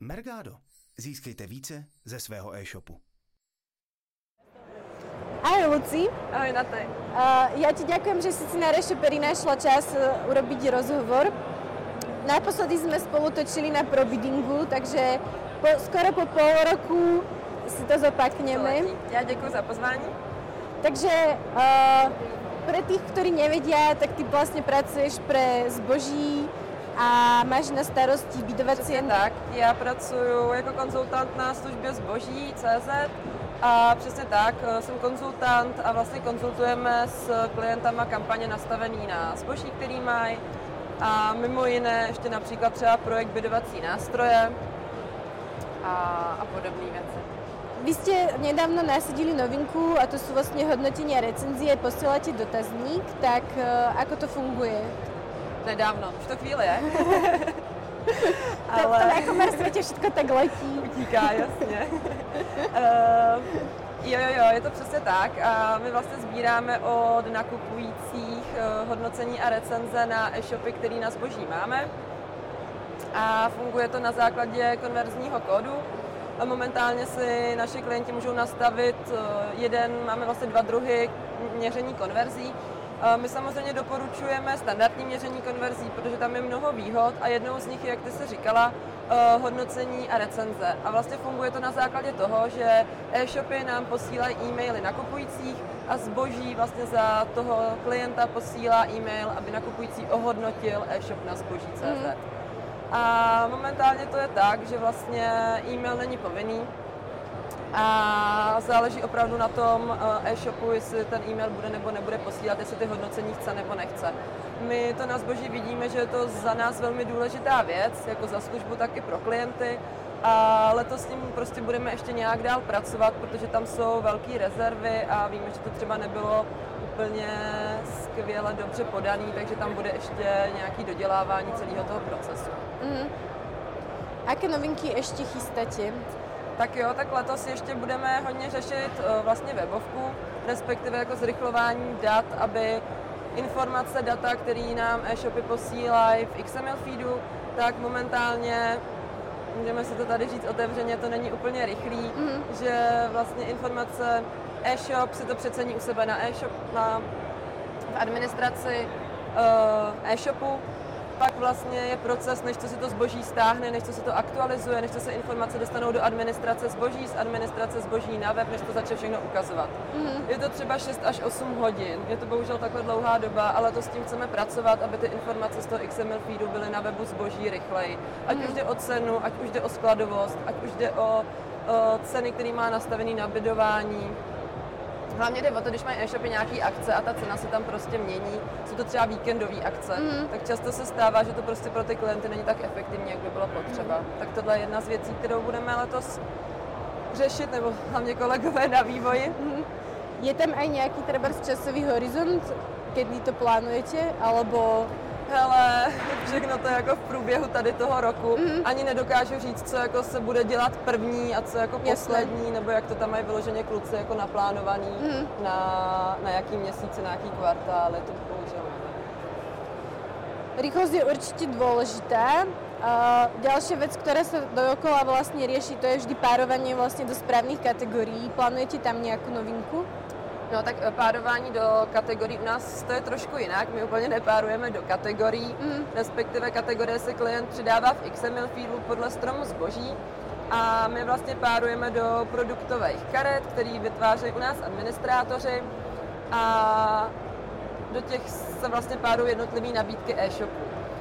Mergado. Získejte více ze svého e-shopu. Ahoj Luci. Ahoj Natej. Ja ti ďakujem, že si na ReShopery našla čas urobiť rozhovor. Naposledy sme spolu točili na Probiddingu, takže skoro po pol roku si to zopakneme. Ja ďakujem za pozvání. Takže pre tých, ktorí nevedia, tak ty vlastne pracuješ pre zboží a máš na starosti bydovací... Tak, já pracuji jako konzultant na službě zboží.cz a přesně tak, jsem konzultant a vlastně konzultujeme s klientama kampaně nastavený na zboží, který mají a mimo jiné ještě například třeba projekt bydovací nástroje a podobné věci. Vy ste nedávno nasadili novinku a to sú vlastne hodnotenia recenzie, posielate dotazník, tak ako to funguje? Nedávno, už to chvíli je. Ale... To v svete všetko tak letí. Utíká, jasně. Jo, je to přesně tak a my vlastně sbíráme od nakupujících hodnocení a recenze na e-shopy, který na zboží máme a funguje to na základě konverzního kódu. A momentálně si naši klienti můžou nastavit máme vlastně 2 druhy měření konverzí. My samozřejmě doporučujeme standardní měření konverzí, protože tam je mnoho výhod a jednou z nich je, jak ty jsi říkala, hodnocení a recenze. A vlastně funguje to na základě toho, že e-shopy nám posílají e-maily nakupujících a zboží vlastně za toho klienta posílá e-mail, aby nakupující ohodnotil e-shop na zboží.cz. A momentálně to je tak, že vlastně e-mail není povinný a záleží opravdu na tom e-shopu, jestli ten e-mail bude nebo nebude posílat, jestli ty hodnocení chce nebo nechce. My to na zboží vidíme, že je to za nás velmi důležitá věc, jako za službu, tak i pro klienty. A letos s tím prostě budeme ještě nějak dál pracovat, protože tam jsou velké rezervy a víme, že to třeba nebylo úplně skvěle dobře podaný, takže tam bude ještě nějaké dodělávání celého toho procesu. Aké novinky ještě chystáte? Tak jo, tak letos ještě budeme hodně řešit vlastně webovku, respektive jako zrychlování dat, aby informace, data, které nám e-shopy posílají v XML feedu, tak momentálně, můžeme si to tady říct otevřeně, to není úplně rychlý, že vlastně informace e-shop si to přecení u sebe na e-shop, v administraci e-shopu, pak vlastně je proces, než co si to zboží stáhne, než co se to aktualizuje, než co se informace dostanou do administrace zboží, z administrace zboží na web, než to začne všechno ukazovat. Je to třeba 6 až 8 hodin, je to bohužel takhle dlouhá doba, ale to s tím chceme pracovat, aby ty informace z toho XML feedu byly na webu zboží rychleji. Ať už jde o cenu, ať už jde o skladovost, ať už jde o ceny, který má nastavený na bydování. Hlavně jde o to, když mají e-shopy nějaký akce a ta cena se tam prostě mění, jsou to třeba víkendové akce, tak často se stává, že to prostě pro ty klienty není tak efektivní, jak by bylo potřeba. Tak tohle je jedna z věcí, kterou budeme letos řešit, nebo hlavně kolegové na vývoji. Je tam aj nějaký trebárs časový horizont, kedy to plánujete, alebo... Hele, všechno to je jako v průběhu tady toho roku. Ani nedokážu říct, co jako se bude dělat první a co jako poslední, nebo jak to tam mají vyloženě kluci jako naplánovaný na jaký měsíce, na jaký kvartál, to bohužel. Rýchlosť je určite dôležitá. Ďalšia vec, ktorá sa dookola vlastne rieši, to je vždy párovanie vlastne do správnych kategórií. Plánujete tam nejakú novinku? No tak párování do kategorií u nás to je trošku jinak, my úplně nepárujeme do kategorií, respektive kategorie se klient přidává v XML feedu podle stromu zboží a my vlastně párujeme do produktových karet, který vytvářejí u nás administrátoři a do těch se vlastně párují jednotlivé nabídky e-shopu.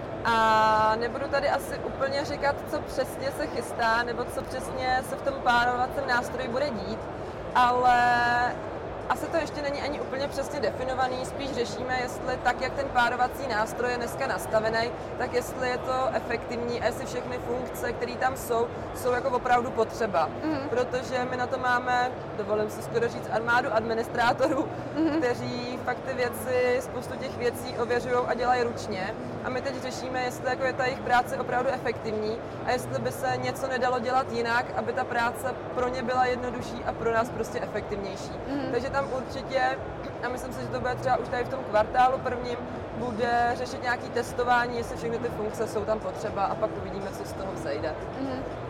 A nebudu tady asi úplně říkat, co přesně se chystá, nebo co přesně se v tom párovacím nástroji bude dít, ale asi to ještě není ani úplně přesně definovaný, spíš řešíme, jestli tak, jak ten párovací nástroj je dneska nastavený, tak jestli je to efektivní a jestli všechny funkce, které tam jsou jako opravdu potřeba. Protože my na to máme, dovolím si skoro říct, armádu administrátorů, kteří fakt ty věci, spoustu těch věcí ověřují a dělají ručně. A my teď řešíme, jestli jako je ta jejich práce opravdu efektivní a jestli by se něco nedalo dělat jinak, aby ta práce pro ně byla jednodušší a pro nás prostě efektivnější. Takže tam určitě, a myslím si, že to bude třeba už tady v tom kvartálu prvním, bude řešit nějaké testování, jestli všechny ty funkce jsou tam potřeba a pak uvidíme, co z toho vzejde.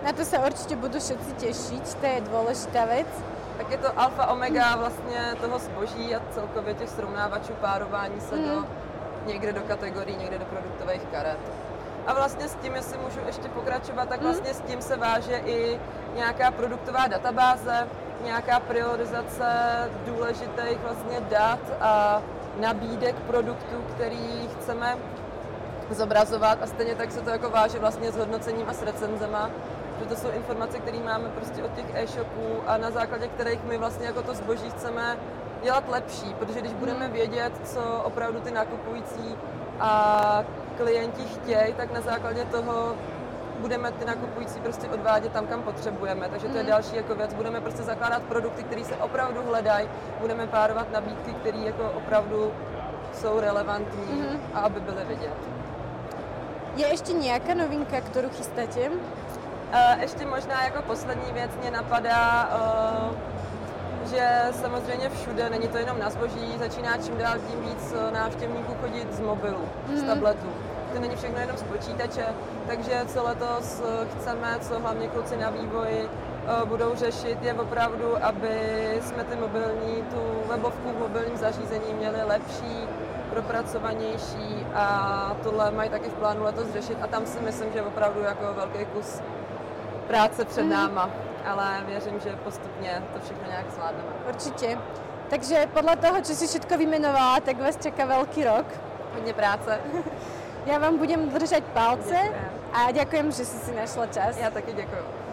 Na to sa určite budú všetci tešiť, to je dôležitá vec. Tak je to alfa omega vlastně toho zboží a celkově těch srovnávačů párování se někde do kategorií, někde do produktových karet. A vlastně s tím, jestli můžu ještě pokračovat, tak vlastně s tím se váže i nějaká produktová databáze, nějaká priorizace důležitých vlastně dat a nabídek produktů, který chceme zobrazovat, a stejně tak se to jako váže vlastně s hodnocením a s recenzema, že to jsou informace, které máme prostě od těch e-shopů a na základě kterých my vlastně jako to zboží chceme dělat lepší, protože když budeme vědět, co opravdu ty nakupující a klienti chtějí, tak na základě toho budeme ty nakupující prostě odvádět tam, kam potřebujeme. Takže to je další jako věc. Budeme prostě zakládat produkty, které se opravdu hledají, budeme párovat nabídky, které jako opravdu jsou relevantní a aby byly vidět. Je ještě nějaká novinka, kterou chystáte? Ještě možná jako poslední věc mě napadá, že samozřejmě všude, není to jenom na zboží, začíná čím dál tím víc návštěvníků chodit z mobilu, z tabletu. To není všechno jenom z počítače, takže co letos chceme, co hlavně kluci na vývoji budou řešit, je opravdu, aby jsme tu webovku v mobilním zařízení měli lepší, propracovanější a tohle mají taky v plánu letos řešit a tam si myslím, že opravdu jako velký kus práce před náma, ale věřím, že postupně to všechno nějak zvládneme. Určitě. Takže podle toho, co si všetko vymenovala, tak vás čeká velký rok. Hodně práce. Já vám budem držet palce a děkujem, že jsi si našla čas. Já taky děkuju.